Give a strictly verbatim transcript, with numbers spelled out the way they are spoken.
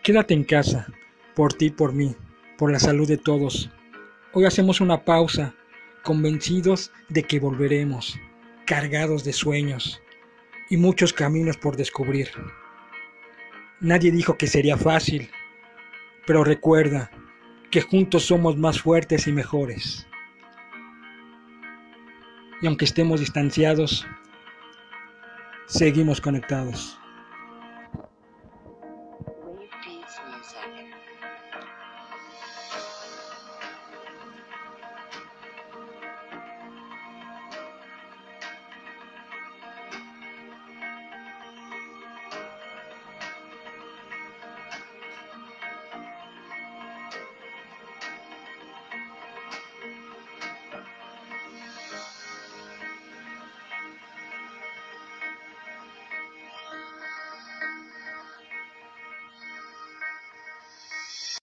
Quédate en casa, por ti, por mí, por la salud de todos. Hoy hacemos una pausa, convencidos de que volveremos, cargados de sueños y muchos caminos por descubrir. Nadie dijo que sería fácil, pero recuerda que juntos somos más fuertes y mejores. Y aunque estemos distanciados, seguimos conectados. Wave Beats Music.